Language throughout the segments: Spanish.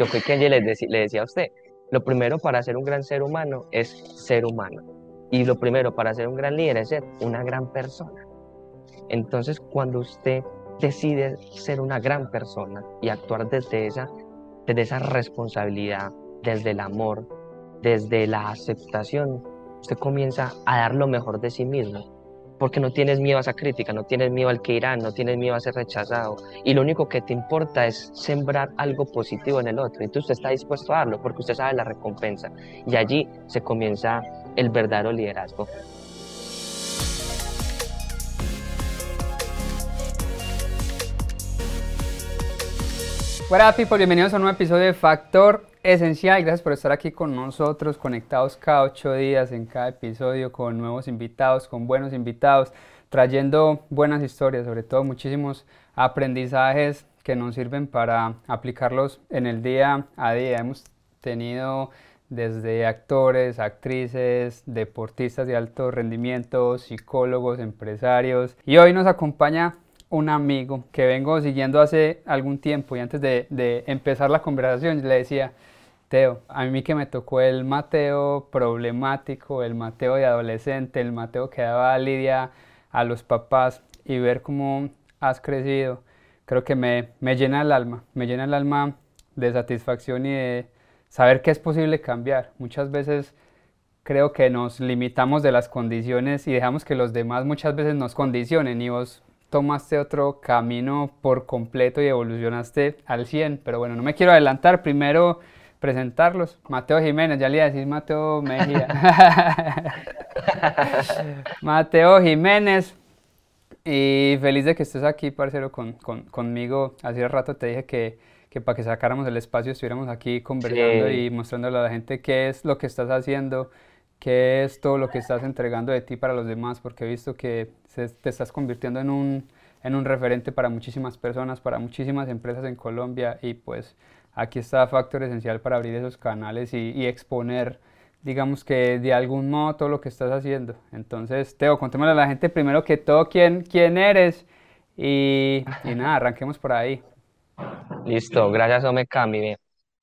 Yo fui quien le decía a usted, lo primero para ser un gran ser humano es ser humano. Y lo primero para ser un gran líder es ser una gran persona. Entonces, cuando usted decide ser una gran persona y actuar desde esa responsabilidad, desde el amor, desde la aceptación, usted comienza a dar lo mejor de sí mismo, porque no tienes miedo a esa crítica, no tienes miedo al que irán, no tienes miedo a ser rechazado, y lo único que te importa es sembrar algo positivo en el otro, y entonces usted está dispuesto a darlo, porque usted sabe la recompensa, y allí se comienza el verdadero liderazgo. Hola people, bienvenidos a un nuevo episodio de Factor Esencial. Gracias por estar aquí con nosotros, conectados cada 8 días en cada episodio con nuevos invitados, con buenos invitados, trayendo buenas historias, sobre todo muchísimos aprendizajes que nos sirven para aplicarlos en el día a día. Hemos tenido desde actores, actrices, deportistas de alto rendimiento, psicólogos, empresarios, y hoy nos acompaña un amigo que vengo siguiendo hace algún tiempo, y antes de empezar la conversación le decía: Teo, a mí que me tocó el Mateo problemático, el Mateo de adolescente, el Mateo que daba lidia a los papás, y ver cómo has crecido, creo que me llena el alma, me llena el alma de satisfacción y de saber que es posible cambiar. Muchas veces creo que nos limitamos de las condiciones y dejamos que los demás muchas veces nos condicionen, y vos tomaste otro camino por completo y evolucionaste al 100. Pero bueno, no me quiero adelantar, primero presentarlos. Mateo Jiménez, ya le iba a decir Mateo Mejía. Mateo Jiménez, y feliz de que estés aquí, parcero, conmigo. Hace rato te dije que para que sacáramos el espacio estuviéramos aquí conversando Sí. y mostrándole a la gente qué es lo que estás haciendo, qué es todo lo que estás entregando de ti para los demás, porque he visto que te estás convirtiendo en un referente para muchísimas personas, para muchísimas empresas en Colombia, y pues aquí está Factor Esencial para abrir esos canales y exponer, digamos, que de algún modo todo lo que estás haciendo. Entonces, Teo, contémosle a la gente primero que todo quién eres, y nada, arranquemos por ahí. Listo, gracias, Ome Cami. Ve.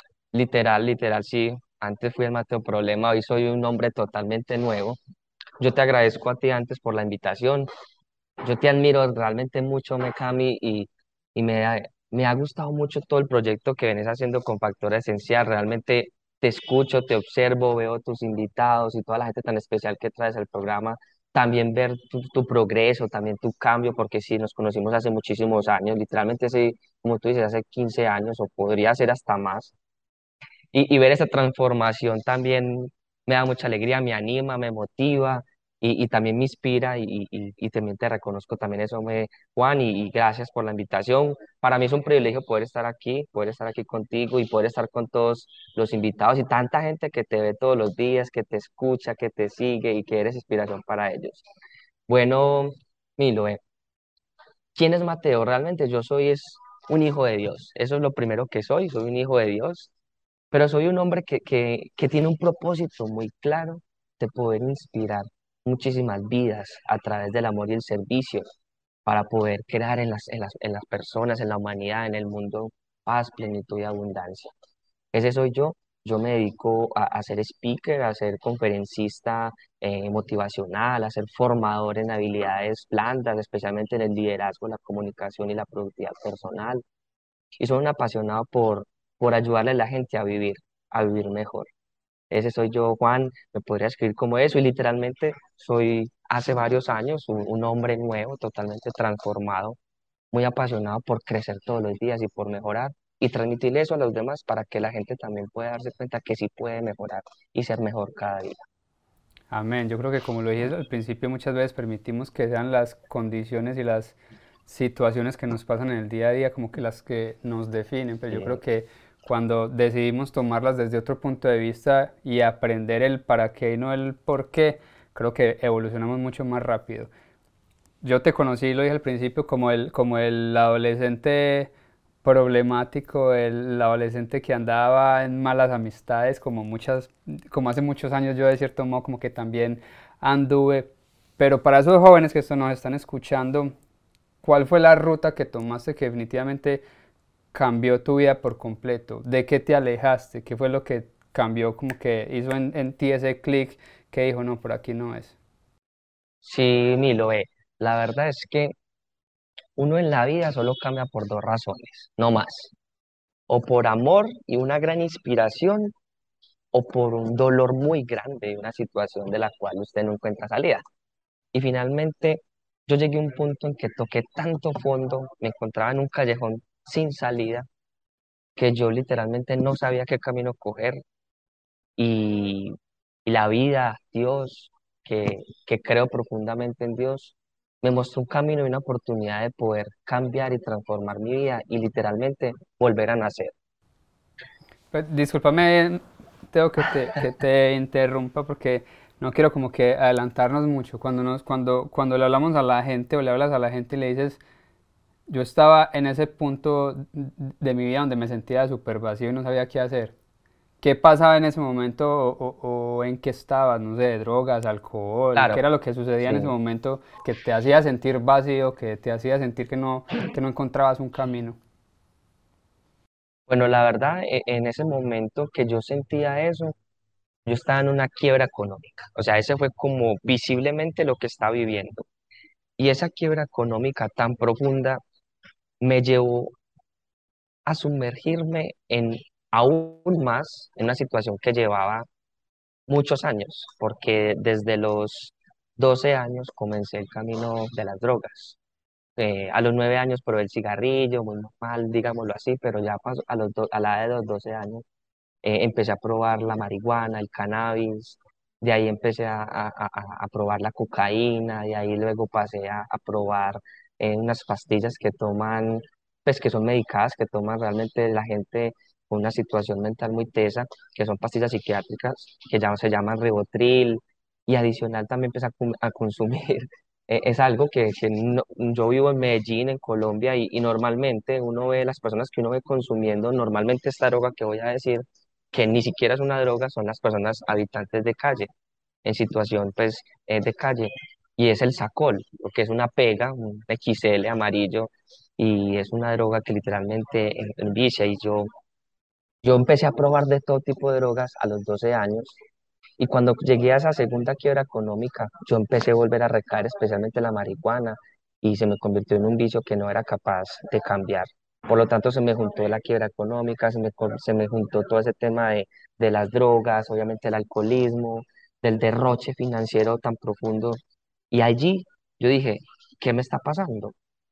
Literal, sí. Antes fui el Mateo Problema, hoy soy un hombre totalmente nuevo. Yo te agradezco a ti antes por la invitación. Yo te admiro realmente mucho, Mekami, y me ha gustado mucho todo el proyecto que vienes haciendo con Factor Esencial. Realmente te escucho, te observo, veo tus invitados y toda la gente tan especial que traes al programa. También ver tu progreso, también tu cambio, porque sí, nos conocimos hace muchísimos años, literalmente hace, como tú dices, hace 15 años o podría ser hasta más. Y ver esa transformación también me da mucha alegría, me anima, me motiva y también me inspira y también te reconozco también eso, Juan, y gracias por la invitación. Para mí es un privilegio poder estar aquí contigo y poder estar con todos los invitados y tanta gente que te ve todos los días, que te escucha, que te sigue y que eres inspiración para ellos. Bueno, Milo, ¿quién es Mateo? Realmente yo soy es un hijo de Dios. Eso es lo primero que soy un hijo de Dios, pero soy un hombre que tiene un propósito muy claro de poder inspirar muchísimas vidas a través del amor y el servicio para poder crear en las personas, en la humanidad, en el mundo, paz, plenitud y abundancia. Ese soy yo. Yo me dedico a ser speaker, a ser conferencista motivacional, a ser formador en habilidades blandas, especialmente en el liderazgo, la comunicación y la productividad personal. Y soy un apasionado por ayudarle a la gente a vivir mejor. Ese soy yo, Juan, me podría escribir como eso y literalmente soy hace varios años un hombre nuevo, totalmente transformado, muy apasionado por crecer todos los días y por mejorar y transmitir eso a los demás para que la gente también pueda darse cuenta que sí puede mejorar y ser mejor cada día. Amén. Yo creo que, como lo dije al principio, muchas veces permitimos que sean las condiciones y las situaciones que nos pasan en el día a día como que las que nos definen, pero yo creo Eh, que cuando decidimos tomarlas desde otro punto de vista y aprender el para qué y no el por qué, creo que evolucionamos mucho más rápido. Yo te conocí, lo dije al principio, como el adolescente problemático, el adolescente que andaba en malas amistades, como hace muchos años yo de cierto modo como que también anduve. Pero para esos jóvenes que esto nos están escuchando, ¿cuál fue la ruta que tomaste que definitivamente cambió tu vida por completo? ¿De qué te alejaste? ¿Qué fue lo que cambió, como que hizo en ti ese clic que dijo, no, por aquí no es? Sí, Milo, la verdad es que uno en la vida solo cambia por dos razones, no más. O por amor y una gran inspiración, o por un dolor muy grande de una situación de la cual usted no encuentra salida. Y finalmente yo llegué a un punto en que toqué tanto fondo, me encontraba en un callejón sin salida, que yo literalmente no sabía qué camino coger y, y la vida, Dios, que creo profundamente en Dios, me mostró un camino y una oportunidad de poder cambiar y transformar mi vida y literalmente volver a nacer. Pues, discúlpame, tengo que te interrumpa porque no quiero como que adelantarnos mucho. Cuando le hablamos a la gente o le hablas a la gente y le dices, yo estaba en ese punto de mi vida donde me sentía súper vacío y no sabía qué hacer. ¿Qué pasaba en ese momento o en qué estabas? No sé, drogas, alcohol, ¿qué Claro, era lo que sucedía en ese sí. momento que te hacía sentir vacío, que te hacía sentir que no encontrabas un camino? Bueno, la verdad, en ese momento que yo sentía eso, yo estaba en una quiebra económica. O sea, ese fue como visiblemente lo que estaba viviendo. Y esa quiebra económica tan profunda me llevó a sumergirme en aún más en una situación que llevaba muchos años, porque desde los 12 años comencé el camino de las drogas. A los 9 años probé el cigarrillo, muy normal, digámoslo así, pero ya a la edad de los 12 años empecé a probar la marihuana, el cannabis, de ahí empecé a probar la cocaína, de ahí luego pasé a probar unas pastillas que toman, pues que son medicadas, que toman realmente la gente con una situación mental muy tesa, que son pastillas psiquiátricas, que ya se llaman Ribotril, y adicional también empecé a consumir. Es algo yo vivo en Medellín, en Colombia, y normalmente uno ve las personas que uno ve consumiendo, normalmente esta droga que voy a decir, que ni siquiera es una droga, son las personas habitantes de calle, en situación pues de calle, y es el Sacol, lo que es una pega, un XL amarillo, y es una droga que literalmente envicia, y yo empecé a probar de todo tipo de drogas a los 12 años, y cuando llegué a esa segunda quiebra económica, yo empecé a volver a recaer, especialmente la marihuana, y se me convirtió en un vicio que no era capaz de cambiar. Por lo tanto, se me juntó la quiebra económica, se me juntó todo ese tema de las drogas, obviamente el alcoholismo, del derroche financiero tan profundo. Y allí yo dije, ¿qué me está pasando?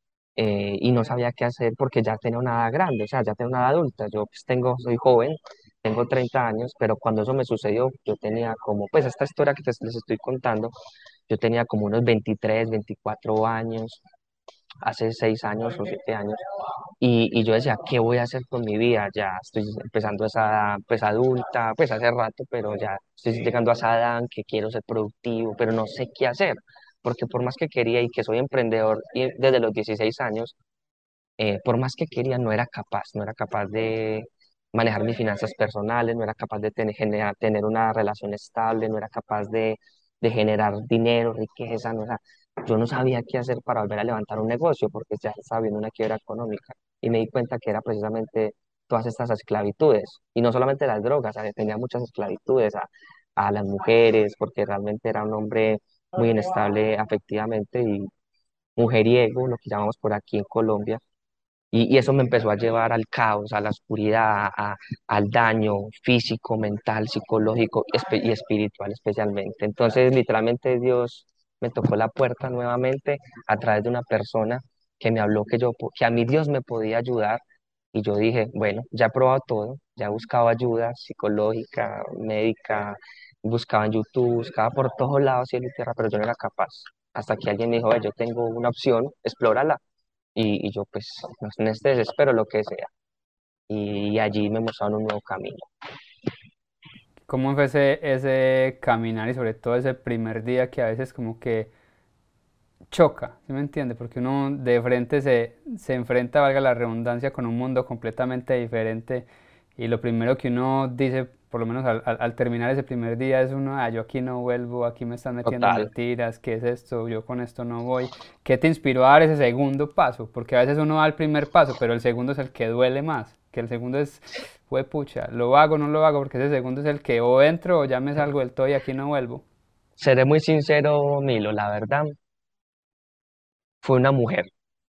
Y no sabía qué hacer porque ya tenía una edad grande, o sea, ya tenía una edad adulta. Yo pues soy joven, tengo 30 años, pero cuando eso me sucedió, yo tenía como, pues esta historia que les estoy contando, yo tenía como unos 23 24 años, hace 6 años o 7 años, y yo decía, ¿qué voy a hacer con mi vida? Ya estoy empezando esa edad, pues adulta, pues hace rato, pero ya estoy llegando a esa edad en que quiero ser productivo, pero no sé qué hacer, porque por más que quería y que soy emprendedor y desde los 16 años, por más que quería, no era capaz de manejar mis finanzas personales, no era capaz de tener una relación estable, no era capaz de generar dinero, riqueza, no, o sea, yo no sabía qué hacer para volver a levantar un negocio porque ya estaba viendo una quiebra económica y me di cuenta que era precisamente todas estas esclavitudes y no solamente las drogas, ¿sabes? Tenía muchas esclavitudes a las mujeres porque realmente era un hombre muy inestable afectivamente y mujeriego, lo que llamamos por aquí en Colombia, y eso me empezó a llevar al caos, a la oscuridad, al daño físico, mental, psicológico y espiritual especialmente. Entonces, literalmente Dios me tocó la puerta nuevamente a través de una persona que me habló que a mí Dios me podía ayudar. Y yo dije, bueno, ya he probado todo, ya he buscado ayuda psicológica, médica, buscaba en YouTube, buscaba por todos lados cielo y tierra, pero yo no era capaz. Hasta que alguien me dijo, yo tengo una opción, explórala y yo pues en este desespero lo que sea. Y allí me mostraron un nuevo camino. ¿Cómo fue ese caminar y sobre todo ese primer día que a veces como que choca, ¿sí me entiende? Porque uno de frente se enfrenta, valga la redundancia, con un mundo completamente diferente y lo primero que uno dice por lo menos al terminar ese primer día es uno, yo aquí no vuelvo, aquí me están metiendo Total. mentiras, ¿qué es esto? Yo con esto no voy. ¿Qué te inspiró a dar ese segundo paso? Porque a veces uno da el primer paso, pero el segundo es el que duele más, que el segundo es, fue pucha, lo hago, no lo hago, porque ese segundo es el que o entro o ya me salgo del todo y aquí no vuelvo. Seré muy sincero, Milo, la verdad, fue una mujer.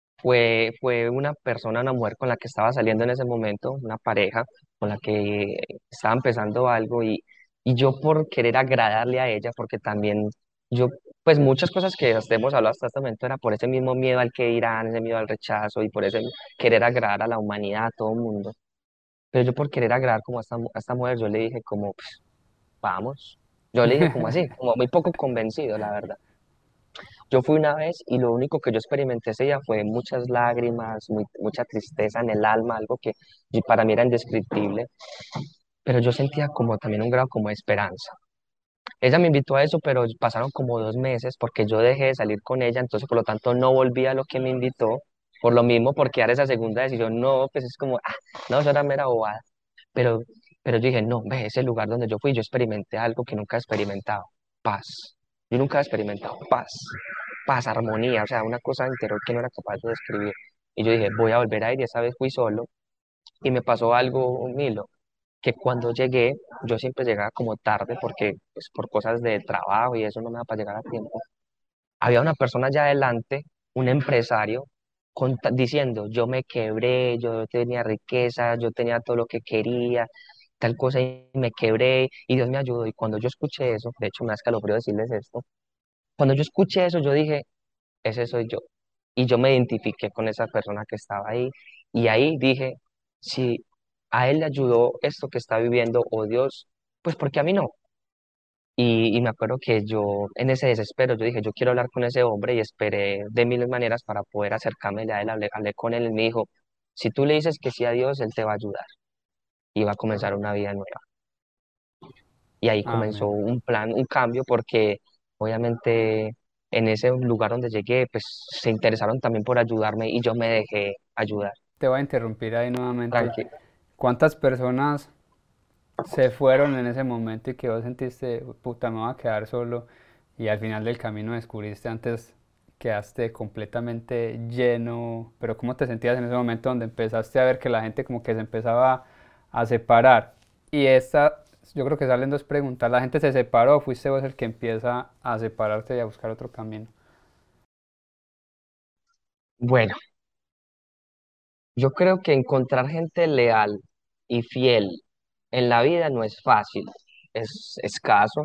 Fue una persona, una mujer con la que estaba saliendo en ese momento, una pareja con la que estaba empezando algo y yo por querer agradarle a ella, porque también yo, pues muchas cosas que hemos hablado hasta este momento era por ese mismo miedo al que dirán, ese miedo al rechazo y por ese querer agradar a la humanidad, a todo el mundo. Pero yo por querer agradar como a esta mujer, yo le dije como, "Pues, vamos". Yo le dije como así, como muy poco convencido, la verdad. Yo fui una vez y lo único que yo experimenté ese día fue muchas lágrimas, mucha tristeza en el alma, algo que para mí era indescriptible, pero yo sentía como también un grado como de esperanza. Ella me invitó a eso, pero pasaron como 2 meses porque yo dejé de salir con ella, entonces por lo tanto no volví a lo que me invitó, por lo mismo, porque dar esa segunda decisión, no, pues es como, no, eso era mera bobada, pero, pero yo dije, no, ve, ese lugar donde yo fui, yo experimenté algo que nunca he experimentado, paz. Yo nunca he experimentado paz, armonía, o sea, una cosa interior que no era capaz de describir. Y yo dije, voy a volver a ir, y esa vez fui solo, y me pasó algo, Milo, que cuando llegué, yo siempre llegaba como tarde, porque pues, por cosas de trabajo y eso no me da para llegar a tiempo. Había una persona allá adelante, un empresario, diciendo, yo me quebré, yo tenía riqueza, yo tenía todo lo que quería, tal cosa, y me quebré, y Dios me ayudó. Y cuando yo escuché eso, de hecho me da escalofrío decirles esto, cuando yo escuché eso, yo dije, ese soy yo. Y yo me identifiqué con esa persona que estaba ahí. Y ahí dije, si a él le ayudó esto que está viviendo, o Dios, pues porque a mí no. Y me acuerdo que yo, en ese desespero, yo dije, yo quiero hablar con ese hombre y esperé de mil maneras para poder acercarme a él. Hablé con él y me dijo, si tú le dices que sí a Dios, Él te va a ayudar y va a comenzar una vida nueva. Y ahí comenzó Amén. un plan, un cambio, porque obviamente en ese lugar donde llegué, pues se interesaron también por ayudarme y yo me dejé ayudar. Te voy a interrumpir ahí nuevamente. Tranquilo. ¿Cuántas personas se fueron en ese momento y que vos sentiste, puta, me voy a quedar solo y al final del camino descubriste antes, quedaste completamente lleno, pero ¿cómo te sentías en ese momento donde empezaste a ver que la gente como que se empezaba a separar? Y esta, yo creo que salen dos preguntas, ¿la gente se separó o fuiste vos el que empieza a separarte y a buscar otro camino? Bueno, yo creo que encontrar gente leal y fiel en la vida no es fácil, es escaso.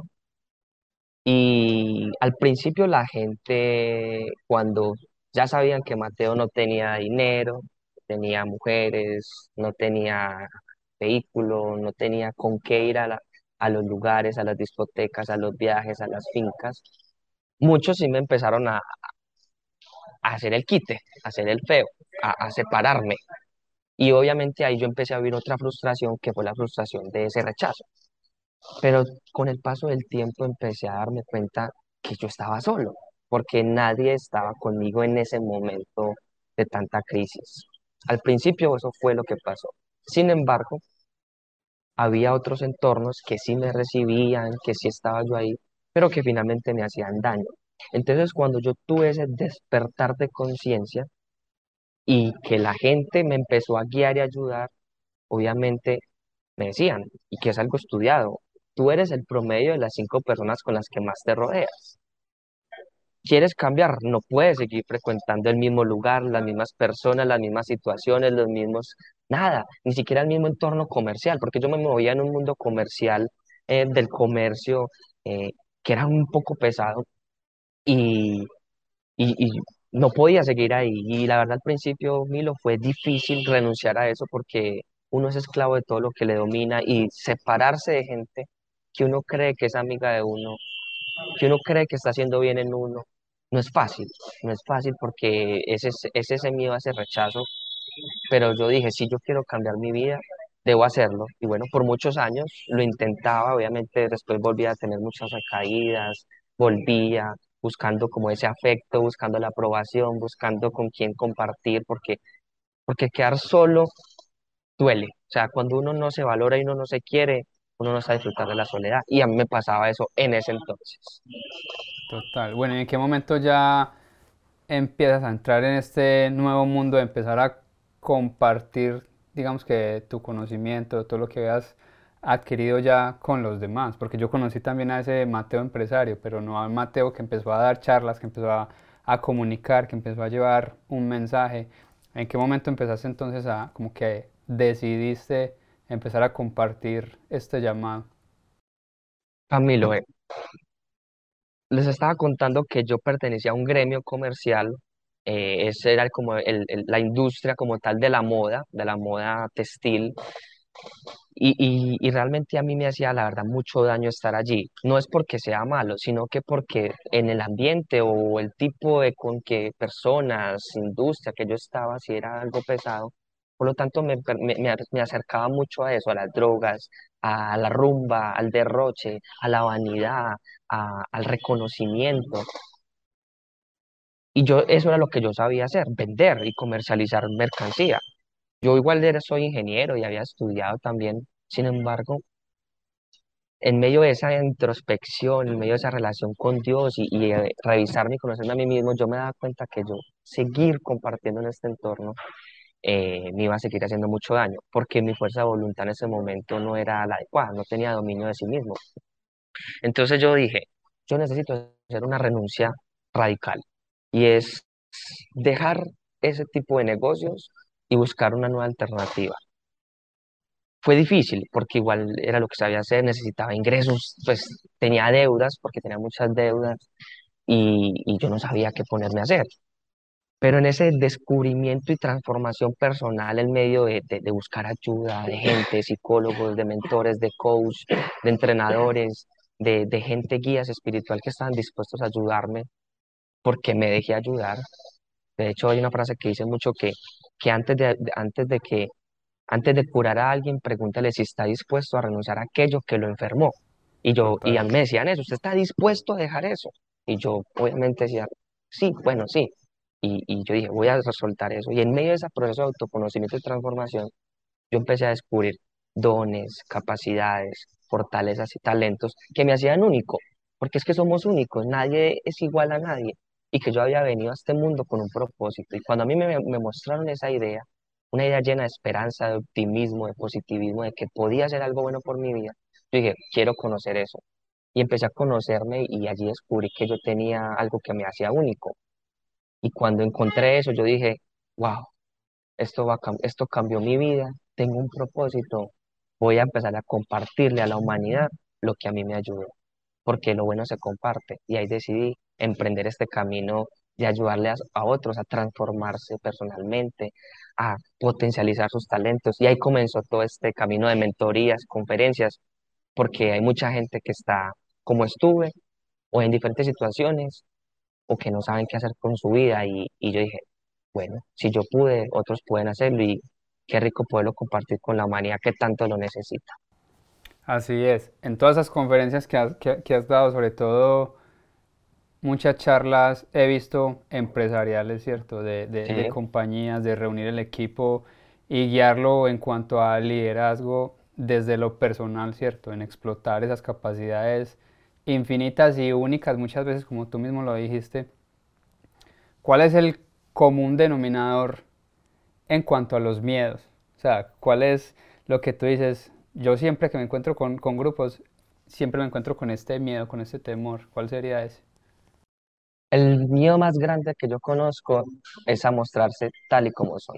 Y al principio la gente, cuando ya sabían que Mateo no tenía dinero, tenía mujeres, no tenía vehículo, no tenía con qué ir a los lugares, a las discotecas, a los viajes, a las fincas, muchos sí me empezaron a hacer el quite, a hacer el feo, a separarme. Y obviamente ahí yo empecé a vivir otra frustración, que fue la frustración de ese rechazo. Pero con el paso del tiempo empecé a darme cuenta que yo estaba solo, porque nadie estaba conmigo en ese momento de tanta crisis. Al principio eso fue lo que pasó. Sin embargo, había otros entornos que sí me recibían, que sí estaba yo ahí, pero que finalmente me hacían daño. Entonces, cuando yo tuve ese despertar de conciencia y que la gente me empezó a guiar y ayudar, obviamente me decían, y que es algo estudiado, tú eres el promedio de las 5 personas con las que más te rodeas. ¿Quieres cambiar? No puedes seguir frecuentando el mismo lugar, las mismas personas, las mismas situaciones, los mismos, nada, ni siquiera el mismo entorno comercial, porque yo me movía en un mundo comercial, del comercio, eh, que era un poco pesado y, y no podía seguir ahí. Y la verdad al principio, Milo, fue difícil renunciar a eso porque uno es esclavo de todo lo que le domina y separarse de gente que uno cree que es amiga de uno, que uno cree que está haciendo bien en uno, no es fácil, no es fácil porque es ese miedo a ese rechazo, pero yo dije, si yo quiero cambiar mi vida, debo hacerlo. Y bueno, por muchos años lo intentaba, obviamente después volvía a tener muchas recaídas, volvía buscando como ese afecto, buscando la aprobación, buscando con quién compartir, porque quedar solo duele. O sea, cuando uno no se valora y uno no se quiere, uno no sabe disfrutar de la soledad. Y a mí me pasaba eso en ese entonces. Total. Bueno, ¿y en qué momento ya empiezas a entrar en este nuevo mundo de empezar a compartir, digamos que tu conocimiento, todo lo que has adquirido ya con los demás? Porque yo conocí también a ese Mateo empresario, pero no al Mateo que empezó a dar charlas, que empezó a comunicar, que empezó a llevar un mensaje. ¿En qué momento empezaste entonces a, como que decidiste empezar a compartir este llamado? Camilo, les estaba contando que yo pertenecía a un gremio comercial, ese era como la industria como tal de la moda textil, y realmente a mí me hacía, la verdad, mucho daño estar allí. No es porque sea malo, sino que porque en el ambiente o el tipo de con que personas, industria que yo estaba, si era algo pesado. Por lo tanto, me acercaba mucho a eso, a las drogas, a la rumba, al derroche, a la vanidad, al reconocimiento. Y yo, eso era lo que yo sabía hacer, vender y comercializar mercancía. Yo soy ingeniero y había estudiado también. Sin embargo, en medio de esa introspección, en medio de esa relación con Dios y revisarme y conocerme a mí mismo, yo me daba cuenta que yo seguir compartiendo en este entorno me iba a seguir haciendo mucho daño, porque mi fuerza de voluntad en ese momento no era la adecuada, no tenía dominio de sí mismo. Entonces yo dije, yo necesito hacer una renuncia radical y es dejar ese tipo de negocios y buscar una nueva alternativa. Fue difícil porque igual era lo que sabía hacer, necesitaba ingresos, pues tenía deudas porque tenía muchas deudas y yo no sabía qué ponerme a hacer. Pero en ese descubrimiento y transformación personal en medio de buscar ayuda de gente, psicólogos, de mentores, de coach, de entrenadores, de gente guías espiritual que estaban dispuestos a ayudarme porque me dejé ayudar. De hecho, hay una frase que dice mucho que antes de curar a alguien, pregúntale si está dispuesto a renunciar a aquello que lo enfermó. Y Total. a mí me decían eso, ¿usted está dispuesto a dejar eso? Y yo obviamente decía, sí, bueno, sí. Y yo dije, voy a soltar eso. Y en medio de ese proceso de autoconocimiento y transformación, yo empecé a descubrir dones, capacidades, fortalezas y talentos que me hacían único, porque es que somos únicos, nadie es igual a nadie, y que yo había venido a este mundo con un propósito. Y cuando a mí me mostraron esa idea, una idea llena de esperanza, de optimismo, de positivismo, de que podía hacer algo bueno por mi vida, yo dije, quiero conocer eso. Y empecé a conocerme y allí descubrí que yo tenía algo que me hacía único. Y cuando encontré eso, yo dije, wow, esto cambió mi vida, tengo un propósito, voy a empezar a compartirle a la humanidad lo que a mí me ayudó, porque lo bueno se comparte. Y ahí decidí emprender este camino de ayudarle a otros a transformarse personalmente, a potencializar sus talentos. Y ahí comenzó todo este camino de mentorías, conferencias, porque hay mucha gente que está como estuve o en diferentes situaciones o que no saben qué hacer con su vida y yo dije, bueno, si yo pude, otros pueden hacerlo y qué rico poderlo compartir con la humanidad que tanto lo necesita. Así es. En todas esas conferencias que has dado, sobre todo muchas charlas he visto empresariales, ¿cierto? De Sí, compañías, de reunir el equipo y guiarlo en cuanto a liderazgo desde lo personal, ¿cierto? En explotar esas capacidades infinitas y únicas, muchas veces, como tú mismo lo dijiste. ¿Cuál es el común denominador en cuanto a los miedos? O sea, ¿cuál es lo que tú dices? Yo siempre que me encuentro con grupos, siempre me encuentro con este miedo, con este temor. ¿Cuál sería ese? el miedo más grande que yo conozco es a mostrarse tal y como soy,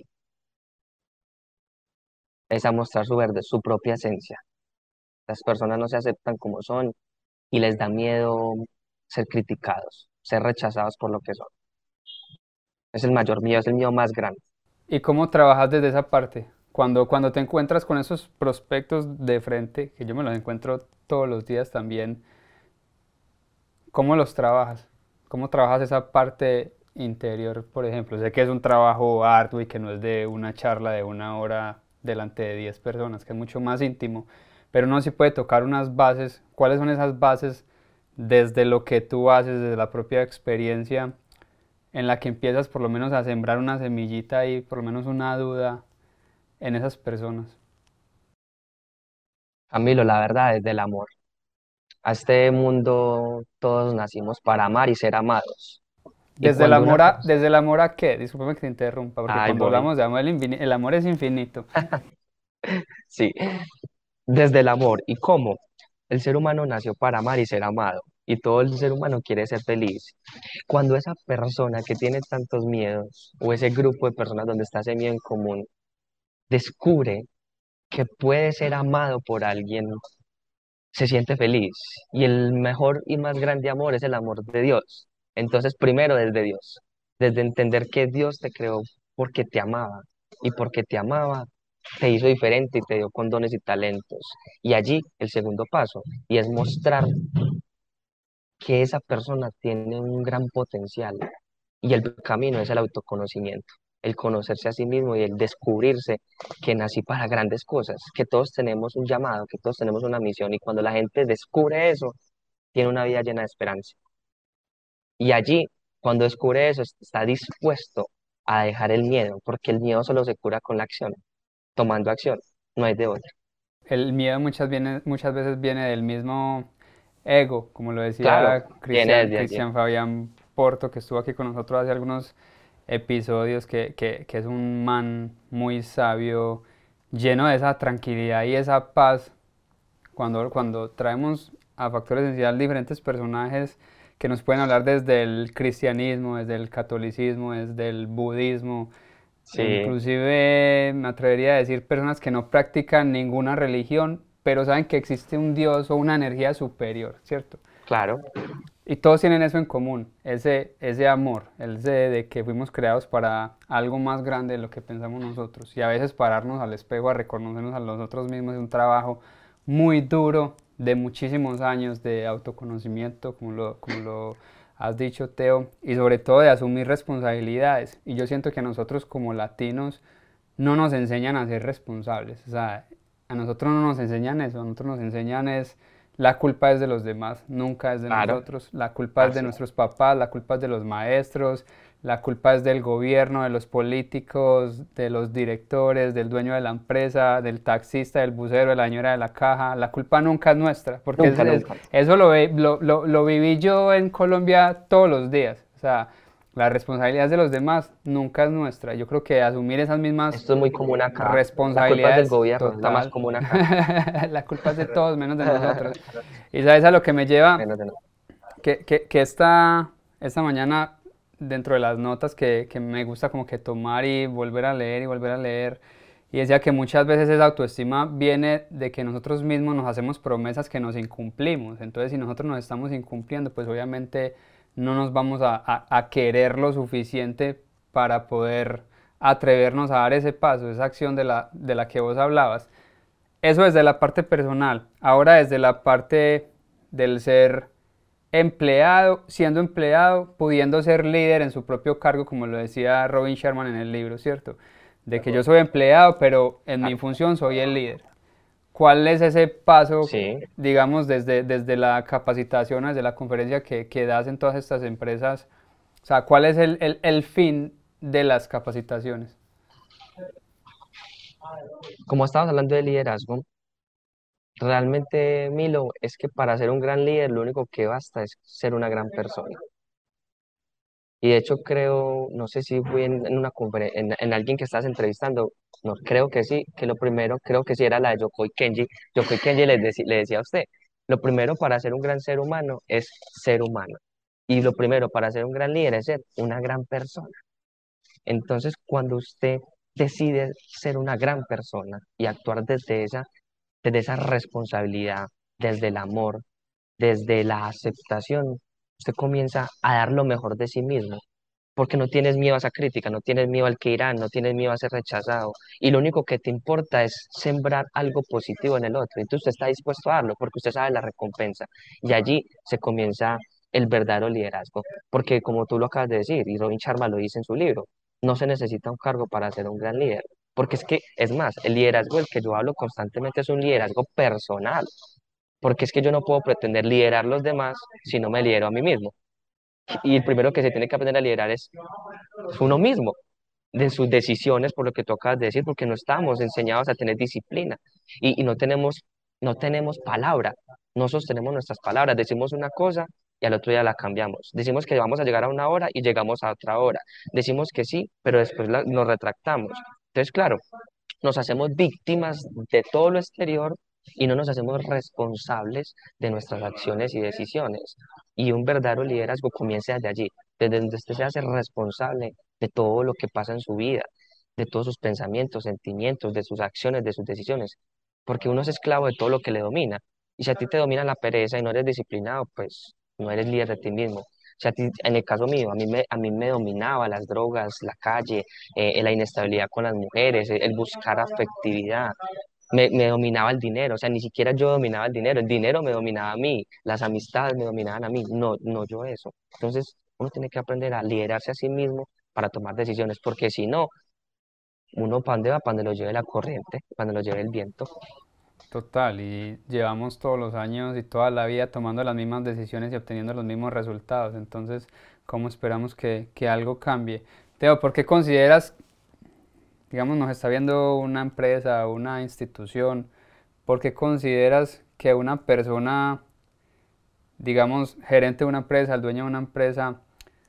es a mostrar su propia esencia. Las personas no se aceptan como son y les da miedo ser criticados, ser rechazados por lo que son. Es el mayor miedo, es el miedo más grande. ¿Y cómo trabajas desde esa parte? Cuando te encuentras con esos prospectos de frente, que yo me los encuentro todos los días también, ¿cómo los trabajas? ¿Cómo trabajas esa parte interior, por ejemplo? Sé que es un trabajo arduo y que no es de una charla de 1 hora delante de 10 personas, que es mucho más íntimo, pero no se puede tocar unas bases. ¿Cuáles son esas bases desde lo que tú haces, desde la propia experiencia, en la que empiezas por lo menos a sembrar una semillita y por lo menos una duda en esas personas? Camilo, la verdad es del amor. A este mundo todos nacimos para amar y ser amados. Y cuando una persona... Desde el amor a qué, discúlpame que te interrumpa, porque Ay, cuando voy. hablamos de amor, el amor es infinito. Sí, desde el amor. ¿Y cómo? El ser humano nació para amar y ser amado. Y todo el ser humano quiere ser feliz. Cuando esa persona que tiene tantos miedos, o ese grupo de personas donde está ese miedo en común, descubre que puede ser amado por alguien, se siente feliz. Y el mejor y más grande amor es el amor de Dios. Entonces, primero desde Dios, desde entender que Dios te creó porque te amaba. Y porque te amaba, te hizo diferente y te dio con dones y talentos. Y allí el segundo paso, y es mostrar que esa persona tiene un gran potencial. Y el camino es el autoconocimiento, el conocerse a sí mismo y el descubrirse que nací para grandes cosas, que todos tenemos un llamado, que todos tenemos una misión. Y cuando la gente descubre eso, tiene una vida llena de esperanza. Y allí, cuando descubre eso, está dispuesto a dejar el miedo, porque el miedo solo se cura con la acción, tomando acción, no hay de otra. El miedo muchas veces viene del mismo ego, como lo Claro, decía viene desde allí. Cristian Fabián Porto, que estuvo aquí con nosotros hace algunos episodios, que es un man muy sabio, lleno de esa tranquilidad y esa paz. Cuando traemos a Factor Esencial diferentes personajes que nos pueden hablar desde el cristianismo, desde el catolicismo, desde el budismo, e Sí, inclusive me atrevería a decir personas que no practican ninguna religión, pero saben que existe un Dios o una energía superior, ¿cierto? claro, Y todos tienen eso en común, ese amor, ese de que fuimos creados para algo más grande de lo que pensamos nosotros. Y a veces pararnos al espejo a reconocernos a nosotros mismos es un trabajo muy duro, de muchísimos años de autoconocimiento, como lo has dicho, Teo, y sobre todo de asumir responsabilidades. Y yo siento que a nosotros como latinos no nos enseñan a ser responsables. O sea, a nosotros no nos enseñan eso, a nosotros nos enseñan es la culpa es de los demás, nunca es de claro, nosotros. La culpa es de así. nuestros papás, la culpa es de los maestros, la culpa es del gobierno, de los políticos, de los directores, del dueño de la empresa, del taxista, del bucero, de la señora de la caja. La culpa nunca es nuestra, porque Nunca, nunca. eso lo viví yo en Colombia todos los días. O sea, la responsabilidad de los demás nunca es nuestra. Yo creo que asumir esas mismas Esto es muy común acá. La culpa es del responsabilidades, gobierno, es la más total. común acá. La culpa es de todos, menos de nosotros. Y sabes a lo que me lleva, Menos de no. que esta mañana, dentro de las notas que me gusta como que tomar y volver a leer y volver a leer, y decía que muchas veces esa autoestima viene de que nosotros mismos nos hacemos promesas que nos incumplimos. Entonces, si nosotros nos estamos incumpliendo, pues obviamente no nos vamos a querer lo suficiente para poder atrevernos a dar ese paso, esa acción de la que vos hablabas. Eso desde la parte personal. Ahora desde la parte del ser empleado, siendo empleado, pudiendo ser líder en su propio cargo, como lo decía Robin Sharman en el libro, ¿cierto? De que yo soy empleado, pero en mi función soy el líder. ¿Cuál es ese paso, Sí, digamos, desde la capacitación, desde la conferencia que das en todas estas empresas? O sea, ¿cuál es el fin de las capacitaciones? como estabas hablando de liderazgo, realmente, Milo, es que para ser un gran líder lo único que basta es ser una gran persona. Y de hecho creo, no sé si fui en una conferencia, en alguien que estás entrevistando, no, creo que sí, que lo primero, creo que sí era la de Yokoi Kenji. Yokoi Kenji le decía a usted, lo primero para ser un gran ser humano es ser humano. Y lo primero para ser un gran líder es ser una gran persona. Entonces, cuando usted decide ser una gran persona y actuar desde esa responsabilidad, desde el amor, desde la aceptación, usted comienza a dar lo mejor de sí mismo, porque no tienes miedo a esa crítica, no tienes miedo al que irán, no tienes miedo a ser rechazado, y lo único que te importa es sembrar algo positivo en el otro, entonces usted está dispuesto a darlo, porque usted sabe la recompensa, y allí se comienza el verdadero liderazgo, porque como tú lo acabas de decir, y Robin Sharma lo dice en su libro, no se necesita un cargo para ser un gran líder, porque es que, es más, el liderazgo del que yo hablo constantemente es un liderazgo personal, porque es que yo no puedo pretender liderar los demás si no me lidero a mí mismo. Y el primero que se tiene que aprender a liderar es uno mismo, de sus decisiones, por lo que tú acabas de decir, porque no estamos enseñados a tener disciplina y no tenemos no tenemos palabra, no sostenemos nuestras palabras, decimos una cosa y al otro día la cambiamos. Decimos que vamos a llegar a una hora y llegamos a otra hora. Decimos que sí, pero después nos retractamos. Entonces, claro, nos hacemos víctimas de todo lo exterior y no nos hacemos responsables de nuestras acciones y decisiones. Y un verdadero liderazgo comienza desde allí, desde donde usted se hace responsable de todo lo que pasa en su vida, de todos sus pensamientos, sentimientos, de sus acciones, de sus decisiones, porque uno es esclavo de todo lo que le domina. Y si a ti te domina la pereza y no eres disciplinado, pues no eres líder de ti mismo. Si a ti, en el caso mío, a mí me dominaba las drogas, la calle, la inestabilidad con las mujeres, el buscar afectividad, me dominaba el dinero, o sea, ni siquiera yo dominaba el dinero me dominaba a mí, las amistades me dominaban a mí, no, no yo eso. Entonces, uno tiene que aprender a liderarse a sí mismo para tomar decisiones, porque si no, uno para dónde va, para donde lo lleve la corriente, para donde lo lleve el viento. Total, y llevamos todos los años y toda la vida tomando las mismas decisiones y obteniendo los mismos resultados. Entonces, ¿cómo esperamos que algo cambie? Teo, ¿por qué consideras, digamos, nos está viendo una empresa o una institución, por qué consideras que una persona, digamos, gerente de una empresa, el dueño de una empresa,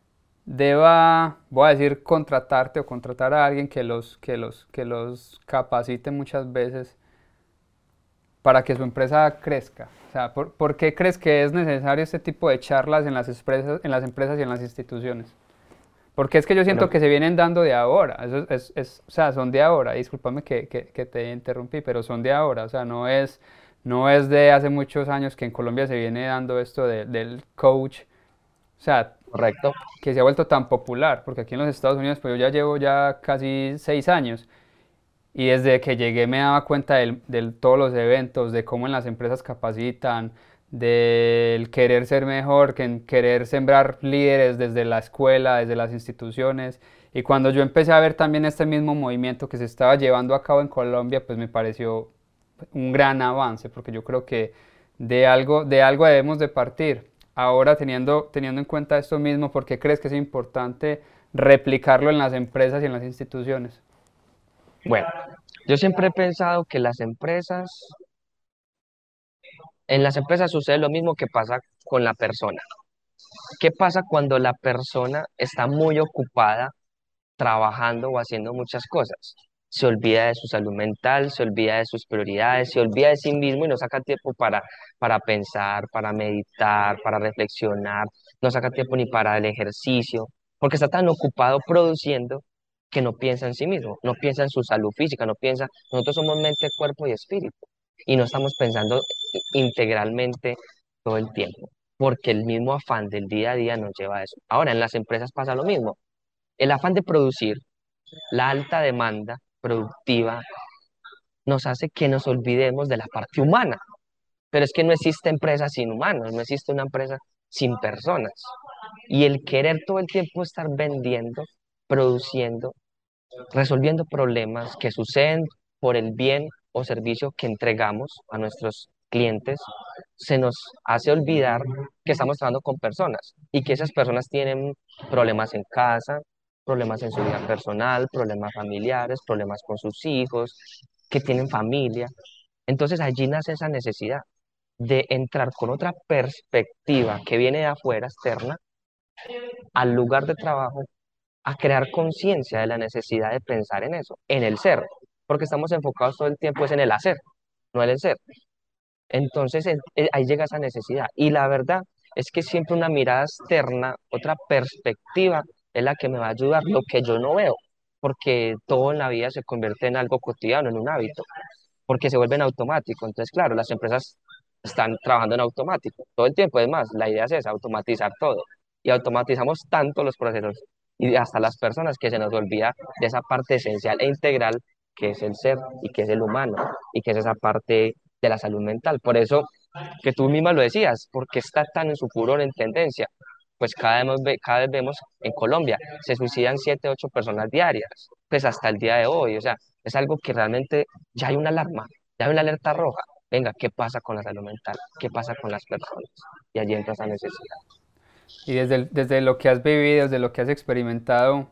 deba, voy a decir, contratarte o contratar a alguien que los capacite muchas veces para que su empresa crezca? O sea, ¿por qué crees que es necesario este tipo de charlas en las empresas y en las instituciones? Porque es que yo siento Bueno, que se vienen dando de ahora, o sea, son de ahora, discúlpame que te interrumpí, pero son de ahora, o sea, no es de hace muchos años que en Colombia se viene dando esto del coach, o sea, correcto. que se ha vuelto tan popular, porque aquí en los Estados Unidos, pues yo ya llevo ya casi 6 años y desde que llegué me daba cuenta de todos los eventos, de cómo en las empresas capacitan, del querer ser mejor, que en querer sembrar líderes desde la escuela, desde las instituciones. Y cuando yo empecé a ver también este mismo movimiento que se estaba llevando a cabo en Colombia, pues me pareció un gran avance, porque yo creo que de algo debemos de partir. Ahora teniendo en cuenta esto mismo, ¿por qué crees que es importante replicarlo en las empresas y en las instituciones? Bueno, yo siempre he pensado que en las empresas sucede lo mismo que pasa con la persona. ¿Qué pasa cuando la persona está muy ocupada trabajando o haciendo muchas cosas? Se olvida de su salud mental, se olvida de sus prioridades, se olvida de sí mismo y no saca tiempo para pensar, para meditar, para reflexionar, no saca tiempo ni para el ejercicio, porque está tan ocupado produciendo que no piensa en sí mismo, no piensa en su salud física, no piensa, nosotros somos mente, cuerpo y espíritu, y no estamos pensando integralmente todo el tiempo, porque el mismo afán del día a día nos lleva a eso. Ahora, en las empresas pasa lo mismo. El afán de producir, la alta demanda productiva, nos hace que nos olvidemos de la parte humana. Pero es que no existe empresa sin humanos, no existe una empresa sin personas. Y el querer todo el tiempo estar vendiendo, produciendo, resolviendo problemas que suceden por el bien o servicio que entregamos a nuestros clientes, se nos hace olvidar que estamos trabajando con personas y que esas personas tienen problemas en casa, problemas en su vida personal, problemas familiares, problemas con sus hijos, que tienen familia. Entonces allí nace esa necesidad de entrar con otra perspectiva que viene de afuera, externa, al lugar de trabajo, a crear conciencia de la necesidad de pensar en eso, en el ser, porque estamos enfocados todo el tiempo es en el hacer, no en el ser. Entonces ahí llega esa necesidad. Y la verdad es que siempre una mirada externa, otra perspectiva, es la que me va a ayudar, lo que yo no veo, porque todo en la vida se convierte en algo cotidiano, en un hábito, porque se vuelven automáticos. Entonces, claro, las empresas están trabajando en automático todo el tiempo. Es más, la idea es esa, automatizar todo. Y automatizamos tanto los procesos y hasta las personas que se nos olvida de esa parte esencial e integral que es el ser y que es el humano y que es esa parte de la salud mental. Por eso, que tú misma lo decías, porque está tan en su furor, en tendencia, pues cada vez vemos en Colombia, se suicidan 7, 8 personas diarias, pues hasta el día de hoy, o sea, es algo que realmente ya hay una alarma, ya hay una alerta roja. Venga, ¿qué pasa con la salud mental? ¿Qué pasa con las personas? Y allí entra esa necesidad. Y desde lo que has vivido, desde lo que has experimentado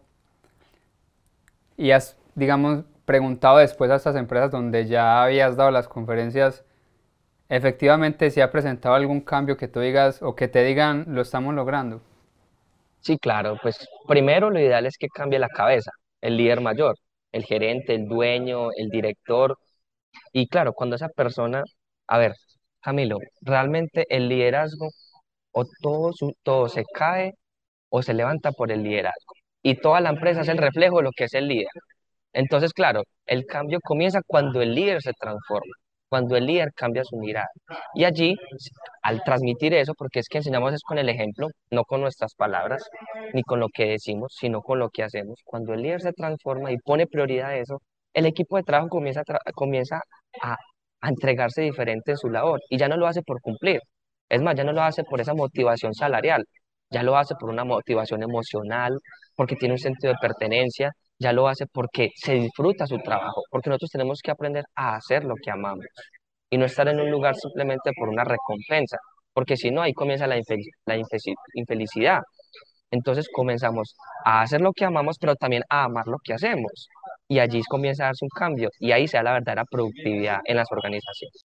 y digamos, preguntado después a estas empresas donde ya habías dado las conferencias, efectivamente se ha presentado algún cambio que tú digas o que te digan lo estamos logrando. Sí, claro, pues primero lo ideal es que cambie la cabeza, el líder mayor, el gerente, el dueño, el director. Y claro, cuando esa persona, a ver, Camilo, realmente el liderazgo o todo se cae o se levanta por el liderazgo. Y toda la empresa es el reflejo de lo que es el líder. Entonces, claro, el cambio comienza cuando el líder se transforma, cuando el líder cambia su mirada. Y allí, al transmitir eso, porque es que enseñamos es con el ejemplo, no con nuestras palabras, ni con lo que decimos, sino con lo que hacemos. Cuando el líder se transforma y pone prioridad a eso, el equipo de trabajo comienza a, a entregarse diferente en su labor y ya no lo hace por cumplir. Es más, ya no lo hace por esa motivación salarial, ya lo hace por una motivación emocional, porque tiene un sentido de pertenencia, ya lo hace porque se disfruta su trabajo, porque nosotros tenemos que aprender a hacer lo que amamos y no estar en un lugar simplemente por una recompensa, porque si no, ahí comienza la infelicidad. Entonces comenzamos a hacer lo que amamos, pero también a amar lo que hacemos. Y allí comienza a darse un cambio y ahí se da la verdadera productividad en las organizaciones.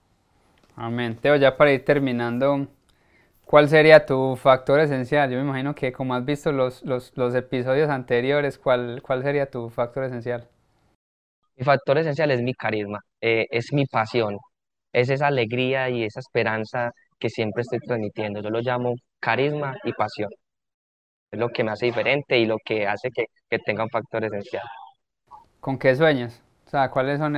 Amén. Teo, ya para ir terminando, ¿cuál sería tu factor esencial? Yo me imagino que como has visto los episodios anteriores, ¿cuál sería tu factor esencial? Mi factor esencial es mi carisma, es mi pasión, es esa alegría y esa esperanza que siempre estoy transmitiendo. Yo lo llamo carisma y pasión. Es lo que me hace diferente y lo que hace que tenga un factor esencial. ¿Con qué sueñas? O sea, ¿cuáles son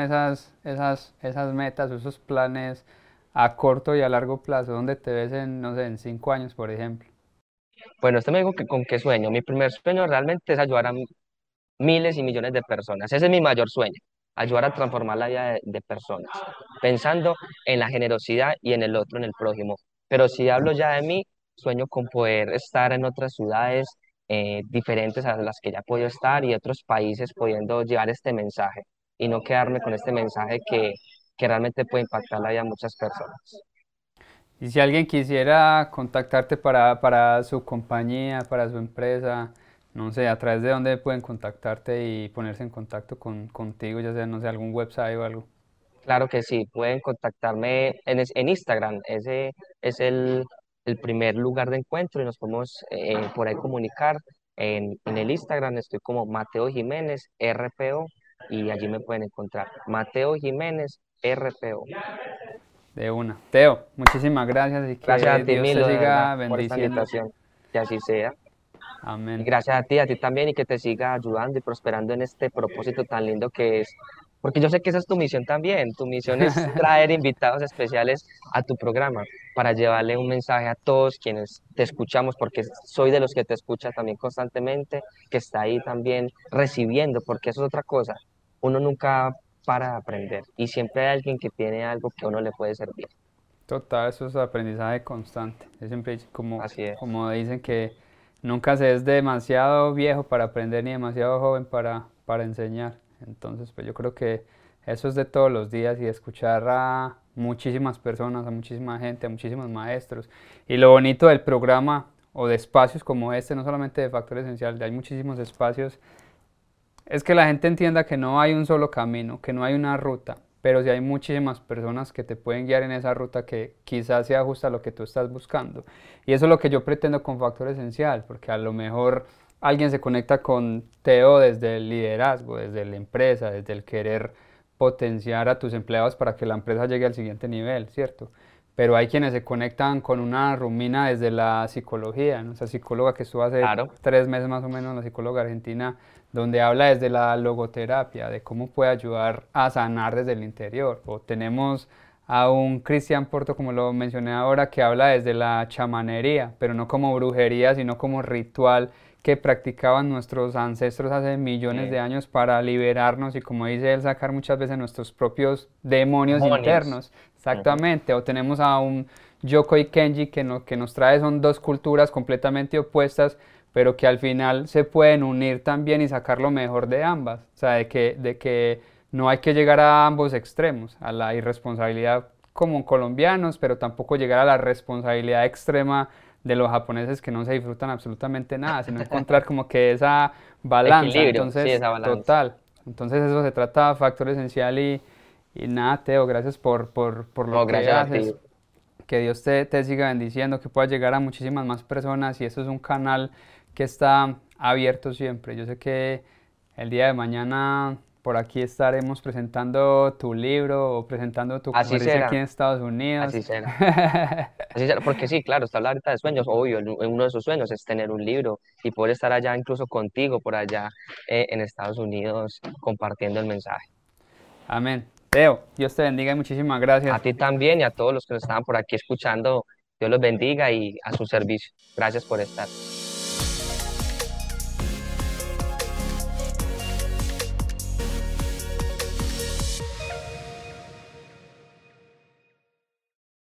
esas metas, esos planes a corto y a largo plazo? ¿Dónde te ves en, no sé, en 5 años, por ejemplo? Bueno, usted me dijo que con qué sueño. Mi primer sueño realmente es ayudar a miles y millones de personas. Ese es mi mayor sueño, ayudar a transformar la vida de personas, pensando en la generosidad y en el otro, en el prójimo. Pero si hablo ya de mí, sueño con poder estar en otras ciudades diferentes a las que ya he podido estar y otros países pudiendo llevar este mensaje y no quedarme con este mensaje que realmente puede impactar la vida de muchas personas. Y si alguien quisiera contactarte para su compañía, para su empresa, no sé, a través de dónde pueden contactarte y ponerse en contacto contigo, ya sea, no sé, algún website o algo. Claro que sí, pueden contactarme en Instagram, ese es el primer lugar de encuentro y nos podemos por ahí comunicar. En el Instagram estoy como Mateo Jiménez RPO y allí me pueden encontrar. Mateo Jiménez RPO. De una. Teo, muchísimas gracias y Gracias a que ti, Dios te Milo, de verdad, siga por esta bendiciendo. invitación. Que así sea. Y Amén. gracias a ti también, y que te siga ayudando y prosperando en este propósito tan lindo que es, porque yo sé que esa es tu misión también. Tu misión es traer invitados especiales a tu programa para llevarle un mensaje a todos quienes te escuchamos, porque soy de los que te escucha también constantemente, que está ahí también recibiendo, porque eso es otra cosa. Uno nunca para de aprender y siempre hay alguien que tiene algo que a uno le puede servir. Total, eso es aprendizaje constante. Yo siempre, Así es. como dicen que nunca se es demasiado viejo para aprender ni demasiado joven para enseñar. Entonces, pues yo creo que eso es de todos los días y escuchar a muchísimas personas, a muchísima gente, a muchísimos maestros. Y lo bonito del programa o de espacios como este, no solamente de Factor Esencial, hay muchísimos espacios, es que la gente entienda que no hay un solo camino, que no hay una ruta, pero sí hay muchísimas personas que te pueden guiar en esa ruta que quizás se ajusta a lo que tú estás buscando. Y eso es lo que yo pretendo con Factor Esencial, porque a lo mejor alguien se conecta con Teo desde el liderazgo, desde la empresa, desde el querer potenciar a tus empleados para que la empresa llegue al siguiente nivel, ¿cierto? Pero hay quienes se conectan con una Rumina desde la psicología, nuestra psicóloga que estuvo hace Claro. 3 meses más o menos, la psicóloga argentina, donde habla desde la logoterapia, de cómo puede ayudar a sanar desde el interior. O tenemos a un Cristian Porto, como lo mencioné ahora, que habla desde la chamanería, pero no como brujería, sino como ritual que practicaban nuestros ancestros hace millones de años para liberarnos y, como dice él, sacar muchas veces nuestros propios demonios Demonios. internos. Ujú. Exactamente. O tenemos a un Yokoi Kenji que nos trae, son dos culturas completamente opuestas, pero que al final se pueden unir también y sacar lo mejor de ambas. O sea, de que no hay que llegar a ambos extremos, a la irresponsabilidad como colombianos, pero tampoco llegar a la responsabilidad extrema de los japoneses que no se disfrutan absolutamente nada, sino encontrar como que esa balanza. Equilibrio, sí, Entonces, esa balanza. total. Entonces eso se trata de factor esencial Y nada, Teo, gracias por lo No, que gracias a ti. haces. Que Dios te siga bendiciendo, que puedas llegar a muchísimas más personas y esto es un canal que está abierto siempre. Yo sé que el día de mañana por aquí estaremos presentando tu libro o presentando tu Así conferencia aquí será, en Estados así Unidos. será. Así será, porque sí, claro, está hablando ahorita de sueños, obvio, uno de sus sueños es tener un libro y poder estar allá incluso contigo por allá en Estados Unidos compartiendo el mensaje. Amén. Teo, Dios te bendiga y muchísimas A gracias. ti también y a todos los que nos estaban por aquí escuchando, Dios los bendiga y a su servicio. Gracias por estar.